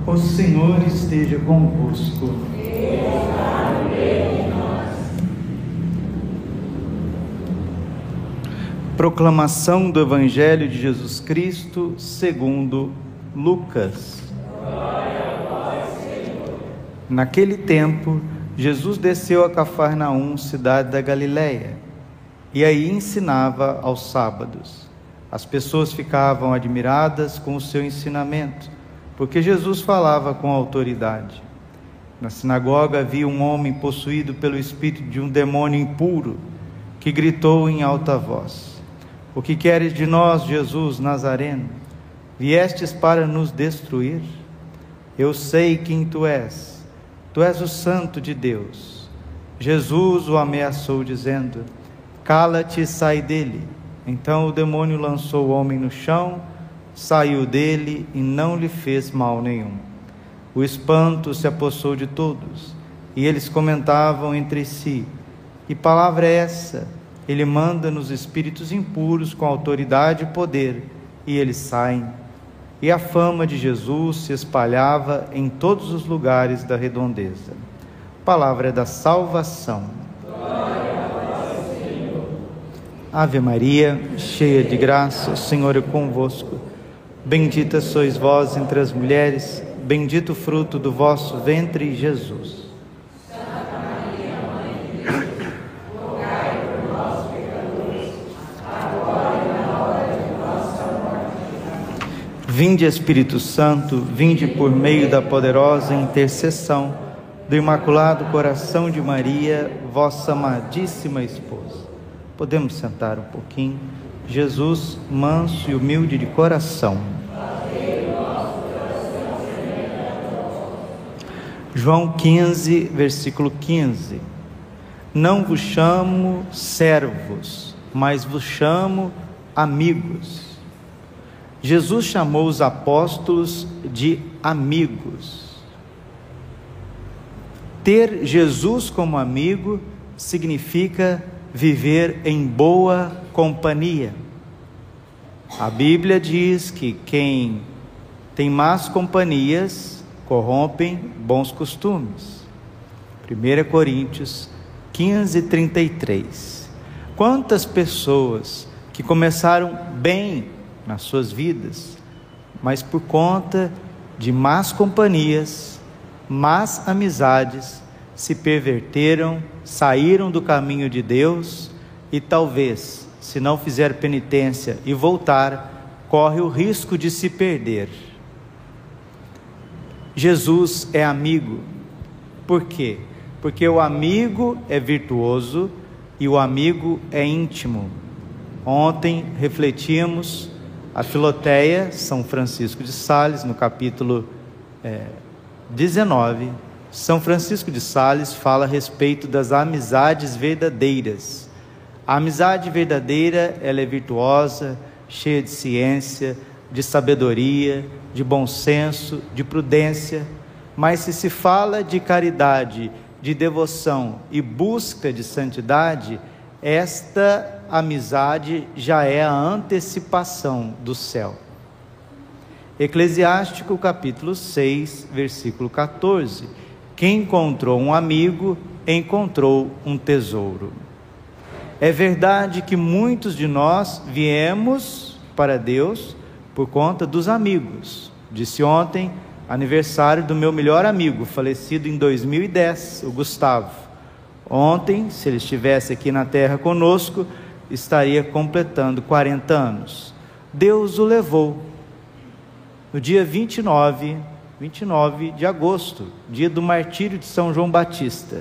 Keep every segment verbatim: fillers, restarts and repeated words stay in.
O Senhor esteja convosco. Proclamação do Evangelho de Jesus Cristo segundo Lucas. Naquele tempo, Jesus desceu a Cafarnaum, cidade da Galileia, e aí ensinava aos sábados. As pessoas ficavam admiradas com o seu ensinamento, porque Jesus falava com autoridade. Na sinagoga havia um homem possuído pelo espírito de um demônio impuro, que gritou em alta voz: O que queres de nós, Jesus Nazareno? Viestes para nos destruir? Eu sei quem tu és, tu és o Santo de Deus. Jesus o ameaçou, dizendo: Cala-te e sai dele. Então o demônio lançou o homem no chão, saiu dele e não lhe fez mal nenhum. O espanto se apossou de todos, e eles comentavam entre si: Que palavra é essa? Ele manda nos espíritos impuros com autoridade e poder, e eles saem. E a fama de Jesus se espalhava em todos os lugares da redondeza. Palavra da salvação. Glória a Deus, Senhor. Ave Maria, cheia de graça, o Senhor é convosco. Bendita sois vós entre as mulheres, bendito o fruto do vosso ventre, Jesus. Santa Maria, Mãe de Deus, rogai por nós, pecadores, agora e na hora de nossa morte. Vinde, Espírito Santo, vinde por meio da poderosa intercessão do Imaculado Coração de Maria, vossa amadíssima esposa. Podemos sentar um pouquinho? Jesus, manso e humilde de coração. João quinze, versículo quinze. Não vos chamo servos, mas vos chamo amigos. Jesus chamou os apóstolos de amigos. Ter Jesus como amigo significa viver em boa companhia. A Bíblia diz que quem tem más companhias corrompem bons costumes. primeira Coríntios quinze, trinta e três. Quantas pessoas que começaram bem nas suas vidas, mas por conta de más companhias, más amizades, se perverteram, saíram do caminho de Deus e talvez, se não fizer penitência e voltar, corre o risco de se perder. Jesus é amigo. Por quê? Porque o amigo é virtuoso e o amigo é íntimo. Ontem refletimos a Filoteia, São Francisco de Sales, no capítulo é, dezenove. São Francisco de Sales fala a respeito das amizades verdadeiras. A amizade verdadeira, ela é virtuosa, cheia de ciência, de sabedoria, de bom senso, de prudência. Mas se se fala de caridade, de devoção e busca de santidade, esta amizade já é a antecipação do céu. Eclesiástico capítulo seis, versículo quatorze. Quem encontrou um amigo, encontrou um tesouro. É verdade que muitos de nós viemos para Deus por conta dos amigos. Disse ontem, aniversário do meu melhor amigo, falecido em dois mil e dez, o Gustavo. Ontem, se ele estivesse aqui na terra conosco, estaria completando quarenta anos. Deus o levou no dia vinte e nove, vinte e nove de agosto, dia do martírio de São João Batista,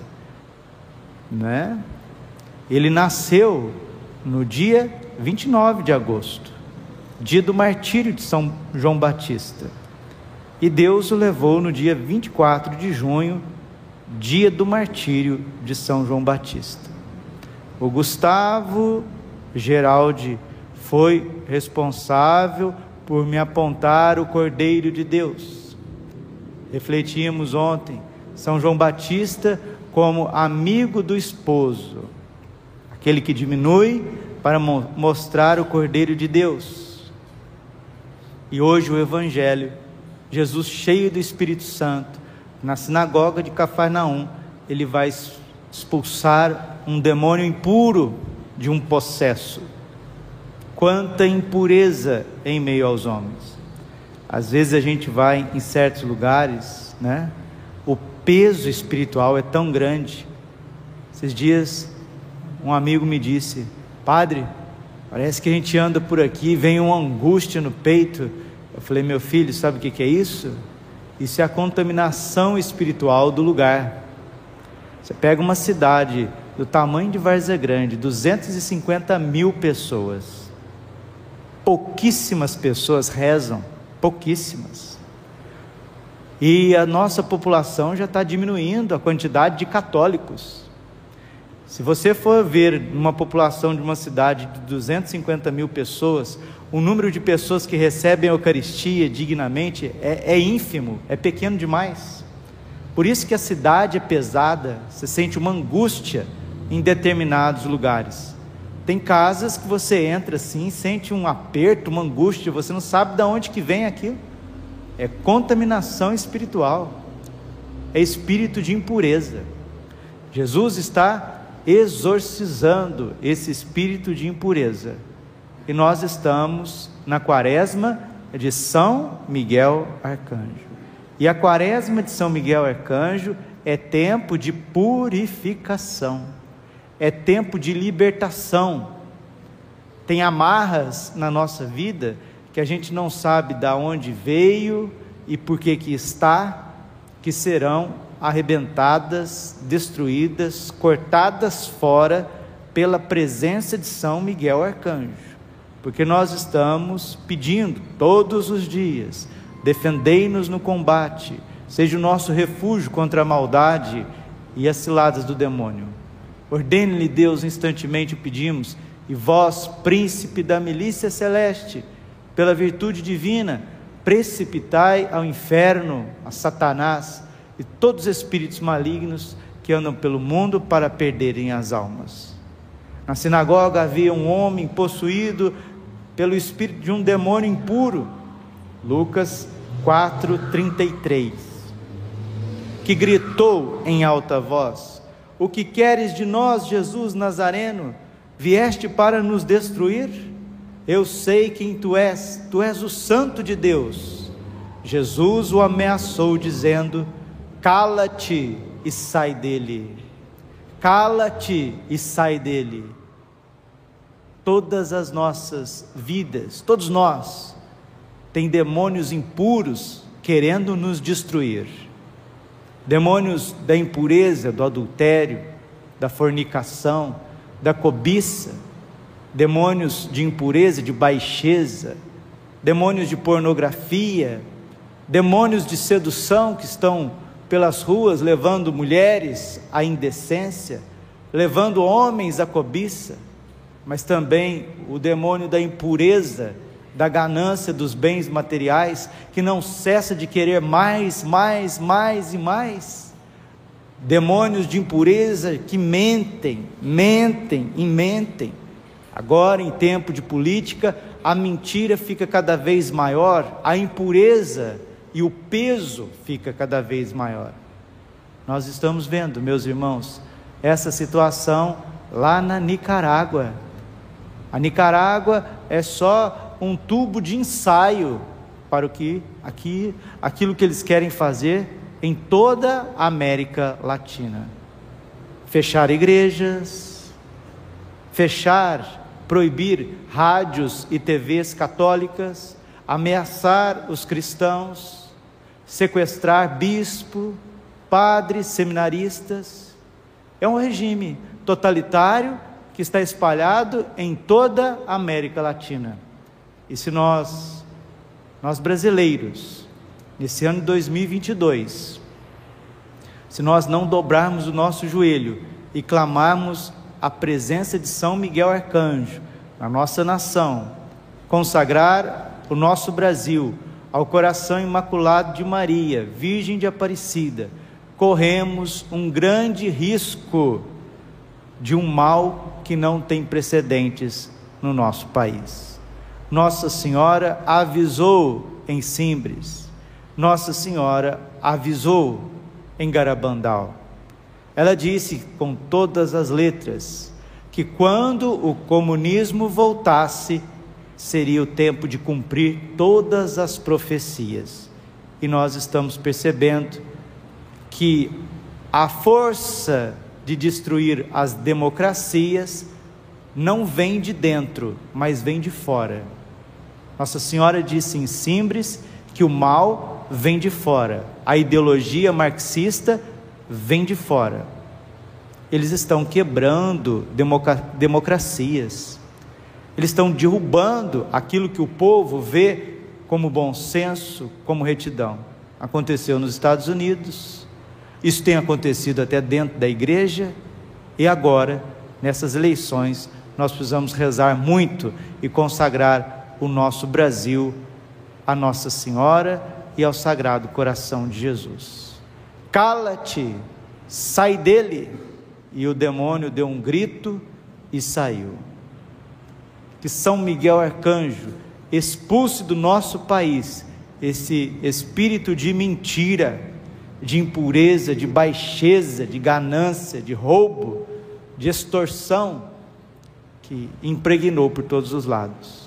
né? Ele nasceu no dia vinte e nove de agosto, dia do martírio de São João Batista, e Deus o levou no dia vinte e quatro de junho, dia do martírio de São João Batista. O Gustavo Geraldi foi responsável por me apontar o Cordeiro de Deus. Refletimos ontem, São João Batista como amigo do esposo, aquele que diminui para mo- mostrar o Cordeiro de Deus. E hoje o Evangelho Jesus, cheio do Espírito Santo, na sinagoga de Cafarnaum, ele vai expulsar um demônio impuro de um possesso. Quanta impureza em meio aos homens. Às vezes a gente vai em certos lugares, né? O peso espiritual é tão grande. Esses dias um amigo me disse: padre, parece que a gente anda por aqui e vem uma angústia no peito. Eu falei: meu filho, sabe o que é isso? Isso é a contaminação espiritual do lugar. Você pega uma cidade do tamanho de Várzea Grande, duzentas e cinquenta mil pessoas, pouquíssimas pessoas rezam, pouquíssimas, e a nossa população já está diminuindo, a quantidade de católicos. Se você for ver uma população de uma cidade de duzentas e cinquenta mil pessoas, o número de pessoas que recebem a Eucaristia dignamente é, é ínfimo, é pequeno demais. Por isso que a cidade é pesada, você sente uma angústia em determinados lugares. Tem casas que você entra assim, sente um aperto, uma angústia, você não sabe de onde que vem aquilo. É contaminação espiritual, é espírito de impureza. Jesus está exorcizando esse espírito de impureza, e nós estamos na quaresma de São Miguel Arcanjo, e a quaresma de São Miguel Arcanjo é tempo de purificação, é tempo de libertação. Tem amarras na nossa vida que a gente não sabe de onde veio e por que que está, que serão arrebentadas, destruídas, cortadas fora pela presença de São Miguel Arcanjo, porque nós estamos pedindo todos os dias: defendei-nos no combate, seja o nosso refúgio contra a maldade e as ciladas do demônio. Ordene-lhe Deus, instantemente o pedimos, e vós, príncipe da milícia celeste, pela virtude divina, precipitai ao inferno a Satanás e todos os espíritos malignos que andam pelo mundo para perderem as almas. Na sinagoga havia um homem possuído pelo espírito de um demônio impuro, Lucas quatro, trinta e três, que gritou em alta voz: o que queres de nós, Jesus Nazareno? Vieste para nos destruir? Eu sei quem tu és, tu és o Santo de Deus. Jesus o ameaçou dizendo: cala-te e sai dele, cala-te e sai dele. Todas as nossas vidas, todos nós, tem demônios impuros querendo nos destruir, demônios da impureza, do adultério, da fornicação, da cobiça, demônios de impureza, de baixeza, demônios de pornografia, demônios de sedução que estão pelas ruas levando mulheres à indecência, levando homens à cobiça, mas também o demônio da impureza, da ganância dos bens materiais, que não cessa de querer mais, mais, mais e mais. Demônios de impureza que mentem, mentem e mentem. Agora, em tempo de política, a mentira fica cada vez maior, a impureza e o peso fica cada vez maior. Nós estamos vendo, meus irmãos, essa situação lá na Nicarágua. A Nicarágua é só um tubo de ensaio para o que aqui, aquilo que eles querem fazer em toda a América Latina. Fechar igrejas, fechar, proibir rádios e T Vs católicas, ameaçar os cristãos, sequestrar bispo, padres, seminaristas. É um regime totalitário que está espalhado em toda a América Latina. E se nós, nós brasileiros, nesse ano de dois mil e vinte e dois, se nós não dobrarmos o nosso joelho e clamarmos a presença de São Miguel Arcanjo na nossa nação, consagrar o nosso Brasil ao coração imaculado de Maria, Virgem de Aparecida, corremos um grande risco de um mal que não tem precedentes no nosso país. Nossa Senhora avisou em Simbres: Nossa Senhora avisou em Garabandal. Ela disse com todas as letras que quando o comunismo voltasse, seria o tempo de cumprir todas as profecias. E nós estamos percebendo que a força de destruir as democracias não vem de dentro, mas vem de fora. Nossa Senhora disse em Simbres que o mal vem de fora, a ideologia marxista vem de fora. Eles estão quebrando democra- democracias, eles estão derrubando aquilo que o povo vê como bom senso, como retidão. Aconteceu nos Estados Unidos, isso tem acontecido até dentro da igreja, e agora, nessas eleições, nós precisamos rezar muito e consagrar o nosso Brasil a Nossa Senhora e ao Sagrado Coração de Jesus. Cala-te, sai dele. E o demônio deu um grito e saiu. Que São Miguel Arcanjo expulse do nosso país esse espírito de mentira, de impureza, de baixeza, de ganância, de roubo, de extorsão, que impregnou por todos os lados.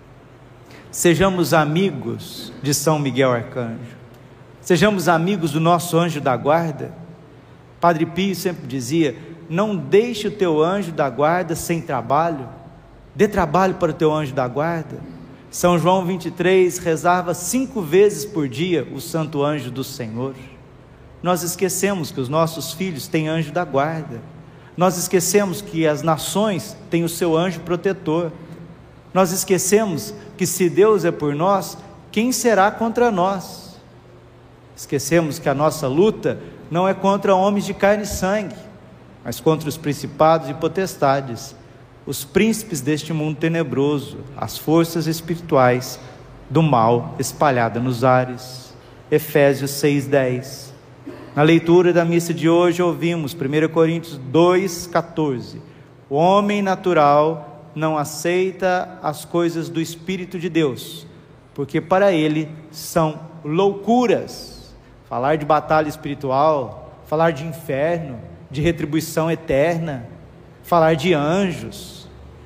Sejamos amigos de São Miguel Arcanjo, sejamos amigos do nosso anjo da guarda. Padre Pio sempre dizia: não deixe o teu anjo da guarda sem trabalho, dê trabalho para o teu anjo da guarda. São João vinte e três rezava cinco vezes por dia o santo anjo do Senhor. Nós esquecemos que os nossos filhos têm anjo da guarda, nós esquecemos que as nações têm o seu anjo protetor, nós esquecemos que se Deus é por nós, quem será contra nós? Esquecemos que a nossa luta não é contra homens de carne e sangue, mas contra os principados e potestades, os príncipes deste mundo tenebroso, as forças espirituais do mal espalhadas nos ares. Efésios seis, dez. Na leitura da missa de hoje ouvimos primeira Coríntios dois, catorze. O homem natural não aceita as coisas do Espírito de Deus, porque para ele são loucuras. Falar de batalha espiritual, falar de inferno, de retribuição eterna, falar de anjos,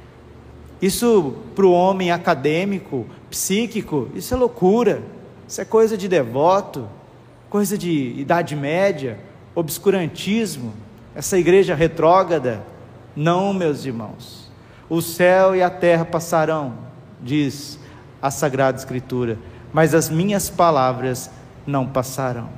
isso para o homem acadêmico, psíquico, isso é loucura, isso é coisa de devoto, coisa de idade média, obscurantismo, essa igreja retrógrada. Não, meus irmãos, o céu e a terra passarão, diz a Sagrada Escritura, mas as minhas palavras não passarão.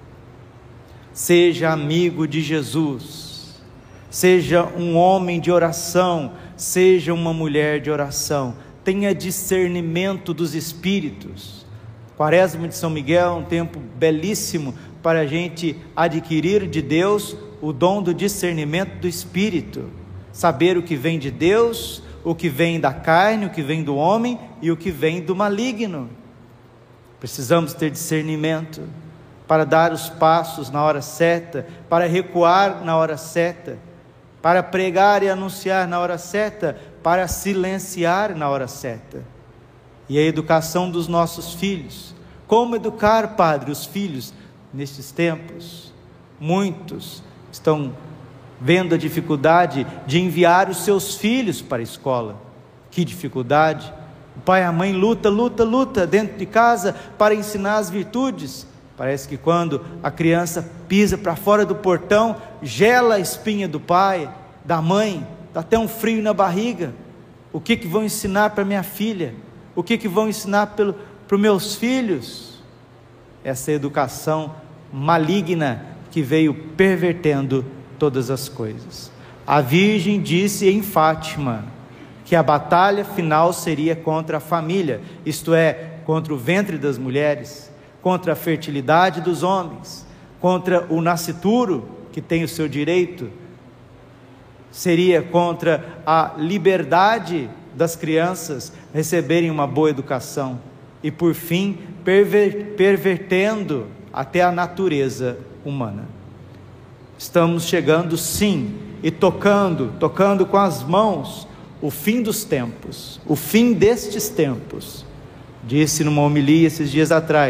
Seja amigo de Jesus, seja um homem de oração, seja uma mulher de oração, tenha discernimento dos espíritos. Quaresma de São Miguel é um tempo belíssimo para a gente adquirir de Deus o dom do discernimento do espírito, saber o que vem de Deus, o que vem da carne, o que vem do homem e o que vem do maligno. Precisamos ter discernimento para dar os passos na hora certa, para recuar na hora certa, para pregar e anunciar na hora certa, para silenciar na hora certa. E a educação dos nossos filhos. Como educar, Padre, os filhos nestes tempos? Muitos estão vendo a dificuldade de enviar os seus filhos para a escola. Que dificuldade! O pai e a mãe luta, luta, luta dentro de casa para ensinar as virtudes. Parece que quando a criança pisa para fora do portão, gela a espinha do pai, da mãe, dá até um frio na barriga. O que que vão ensinar para minha filha? O que que vão ensinar pelo, para os meus filhos? Essa educação maligna que veio pervertendo todas as coisas. A Virgem disse em Fátima que a batalha final seria contra a família, isto é, contra o ventre das mulheres, contra a fertilidade dos homens, contra o nascituro, que tem o seu direito, seria contra a liberdade das crianças receberem uma boa educação, e por fim, perver, pervertendo até a natureza humana. Estamos chegando sim, e tocando, tocando com as mãos, o fim dos tempos, o fim destes tempos. Disse numa homilia esses dias atrás: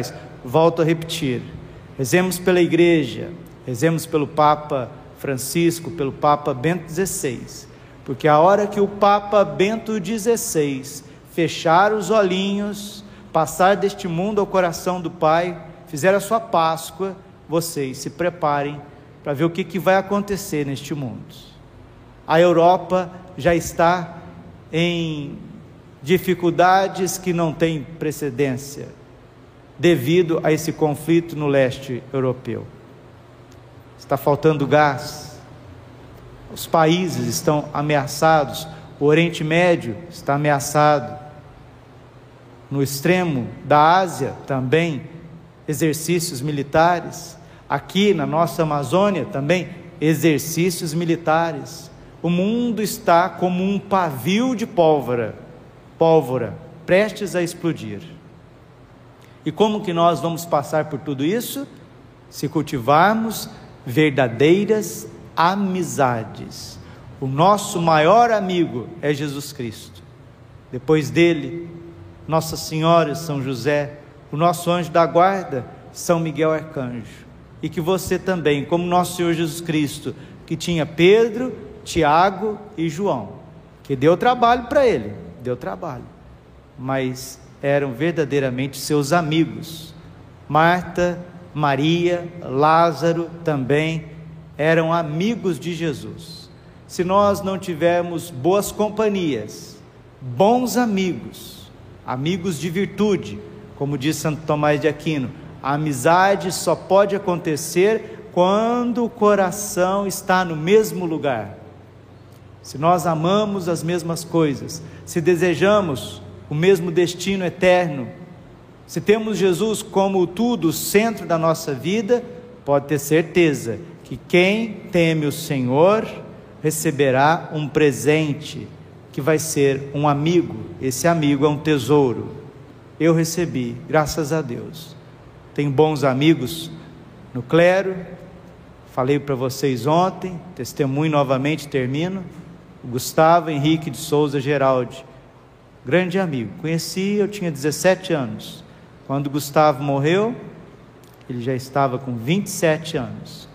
volto a repetir, rezemos pela igreja, rezemos pelo Papa Francisco, pelo Papa Bento dezesseis, porque a hora que o Papa Bento dezesseis fechar os olhinhos, passar deste mundo ao coração do Pai, fizer a sua Páscoa, vocês se preparem para ver o que, que vai acontecer neste mundo. A Europa já está em dificuldades que não têm precedência, devido a esse conflito no leste europeu. Está faltando gás, os países estão ameaçados, o Oriente Médio está ameaçado, no extremo da Ásia também, exercícios militares, aqui na nossa Amazônia também, exercícios militares. O mundo está como um pavio de pólvora, pólvora, prestes a explodir. E como que nós vamos passar por tudo isso? Se cultivarmos verdadeiras amizades. O nosso maior amigo é Jesus Cristo. Depois dele, Nossa Senhora e São José, o nosso anjo da guarda, São Miguel Arcanjo. E que você também, como nosso Senhor Jesus Cristo, que tinha Pedro, Tiago e João, que deu trabalho para ele, deu trabalho, mas eram verdadeiramente seus amigos. Marta, Maria, Lázaro também eram amigos de Jesus. Se nós não tivermos boas companhias, bons amigos, amigos de virtude, como diz Santo Tomás de Aquino, a amizade só pode acontecer quando o coração está no mesmo lugar. Se nós amamos as mesmas coisas, se desejamos o mesmo destino eterno, se temos Jesus como tudo, o centro da nossa vida, pode ter certeza que quem teme o Senhor receberá um presente que vai ser um amigo. Esse amigo é um tesouro. Eu recebi, graças a Deus. Tenho bons amigos no clero, falei para vocês ontem, testemunho novamente, termino. O Gustavo Henrique de Souza Geraldi, grande amigo, conheci, eu tinha dezessete anos, quando o Gustavo morreu, ele já estava com vinte e sete anos,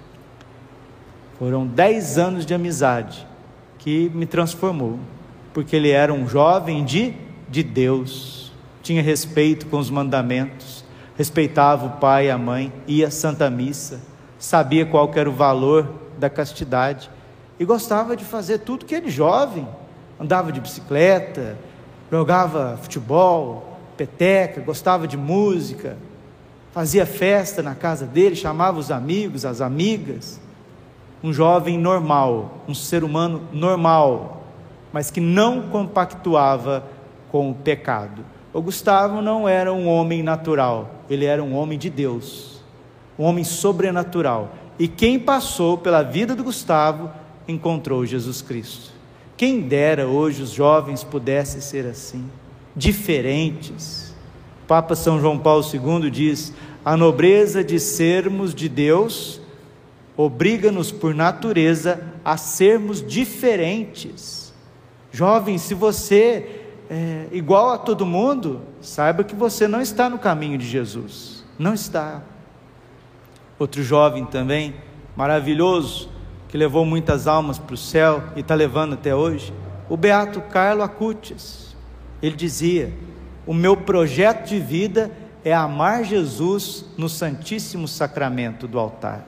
foram dez anos de amizade, que me transformou, porque ele era um jovem de, de Deus, tinha respeito com os mandamentos, respeitava o pai e a mãe, ia à Santa Missa, sabia qual que era o valor da castidade, e gostava de fazer tudo que ele jovem, andava de bicicleta, jogava futebol, peteca, gostava de música, fazia festa na casa dele, chamava os amigos, as amigas, um jovem normal, um ser humano normal, mas que não compactuava com o pecado. O Gustavo não era um homem natural, ele era um homem de Deus, um homem sobrenatural, e quem passou pela vida do Gustavo encontrou Jesus Cristo. Quem dera hoje os jovens pudessem ser assim, diferentes. O Papa São João Paulo segundo diz: a nobreza de sermos de Deus obriga-nos por natureza a sermos diferentes. Jovem, se você é igual a todo mundo, saiba que você não está no caminho de Jesus, não está. Outro jovem também, maravilhoso, que levou muitas almas para o céu e está levando até hoje, o beato Carlo Acutis. Ele dizia: o meu projeto de vida é amar Jesus no Santíssimo Sacramento do altar.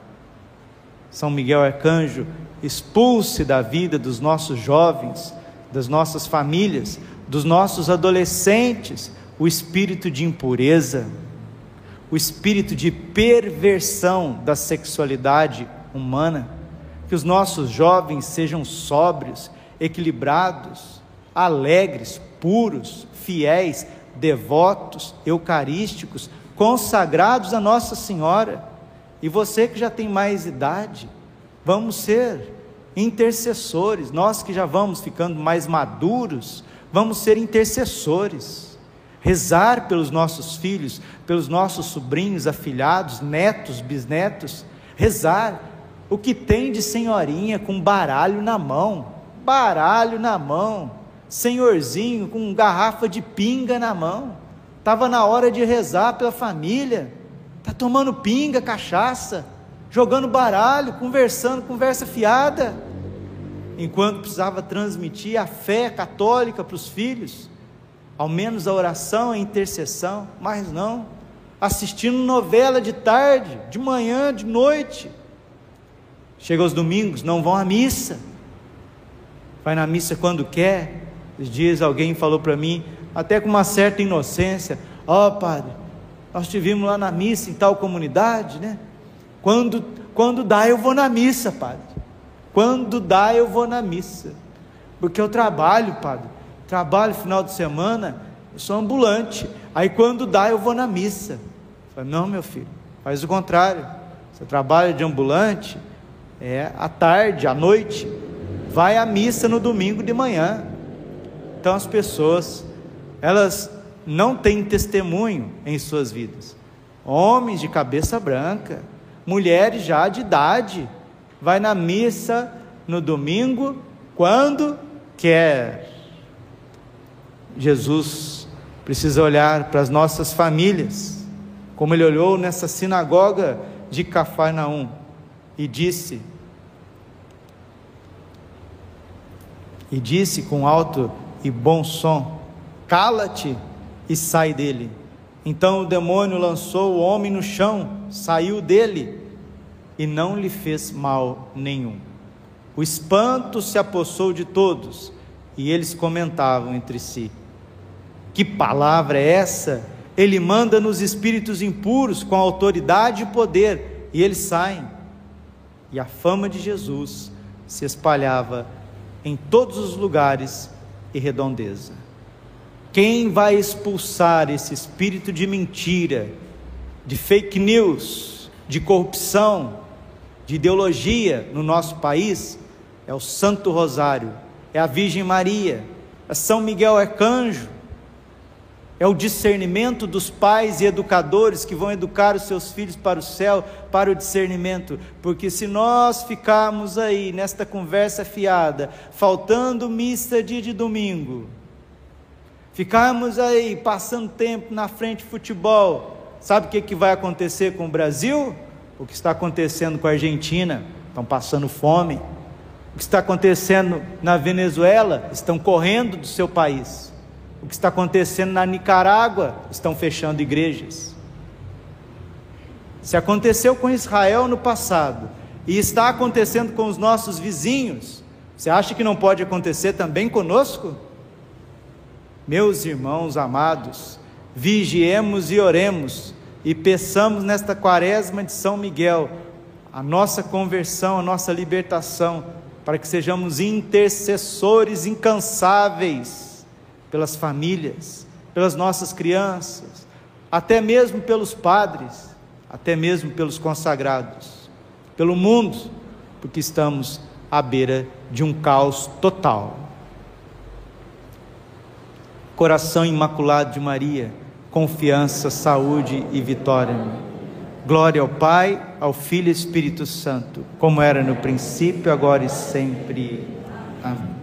São Miguel Arcanjo, expulse da vida dos nossos jovens, das nossas famílias, dos nossos adolescentes, o espírito de impureza, o espírito de perversão da sexualidade humana. Que os nossos jovens sejam sóbrios, equilibrados, alegres, puros, fiéis, devotos, eucarísticos, consagrados a Nossa Senhora. E você que já tem mais idade, vamos ser intercessores. Nós que já vamos ficando mais maduros, vamos ser intercessores. Rezar pelos nossos filhos, pelos nossos sobrinhos, afilhados, netos, bisnetos. Rezar. O que tem de senhorinha com baralho na mão, baralho na mão, senhorzinho com garrafa de pinga na mão, estava na hora de rezar pela família, está tomando pinga, cachaça, jogando baralho, conversando, conversa fiada, enquanto precisava transmitir a fé católica para os filhos, ao menos a oração, a intercessão, mas não, assistindo novela de tarde, de manhã, de noite. Chega aos domingos, não vão à missa, vai na missa quando quer. Esses dias alguém falou para mim, até com uma certa inocência: ó oh, padre, nós estivemos lá na missa em tal comunidade, né? Quando, quando dá eu vou na missa, padre, quando dá eu vou na missa, porque eu trabalho, padre, trabalho final de semana, eu sou ambulante, aí quando dá eu vou na missa. Eu falei: não, meu filho, faz o contrário, você trabalha de ambulante, é à tarde, à noite, vai à missa no domingo de manhã. Então as pessoas, elas não têm testemunho em suas vidas. Homens de cabeça branca, mulheres já de idade, vai na missa no domingo quando quer. Jesus precisa olhar para as nossas famílias, como ele olhou nessa sinagoga de Cafarnaum e disse, e disse com alto e bom som: cala-te e sai dele. Então o demônio lançou o homem no chão, saiu dele e não lhe fez mal nenhum. O espanto se apossou de todos e eles comentavam entre si: que palavra é essa? Ele manda nos espíritos impuros com autoridade e poder, e eles saem. E a fama de Jesus se espalhava em todos os lugares e redondeza. Quem vai expulsar esse espírito de mentira, de fake news, de corrupção, de ideologia no nosso país? É o Santo Rosário, é a Virgem Maria, é São Miguel Arcanjo, é o discernimento dos pais e educadores que vão educar os seus filhos para o céu, para o discernimento. Porque se nós ficarmos aí nesta conversa fiada, faltando missa dia de domingo, ficarmos aí passando tempo na frente de futebol, sabe o que, que vai acontecer com o Brasil? O que está acontecendo com a Argentina? Estão passando fome. O que está acontecendo na Venezuela? Estão correndo do seu país. O que está acontecendo na Nicarágua? Estão fechando igrejas. Se aconteceu com Israel no passado e está acontecendo com os nossos vizinhos, você acha que não pode acontecer também conosco? Meus irmãos amados, vigiemos e oremos e peçamos nesta quaresma de São Miguel a nossa conversão, a nossa libertação, para que sejamos intercessores incansáveis pelas famílias, pelas nossas crianças, até mesmo pelos padres, até mesmo pelos consagrados, pelo mundo, porque estamos à beira de um caos total. Coração imaculado de Maria, confiança, saúde e vitória. Glória ao Pai, ao Filho e Espírito Santo, como era no princípio, agora e sempre. Amém.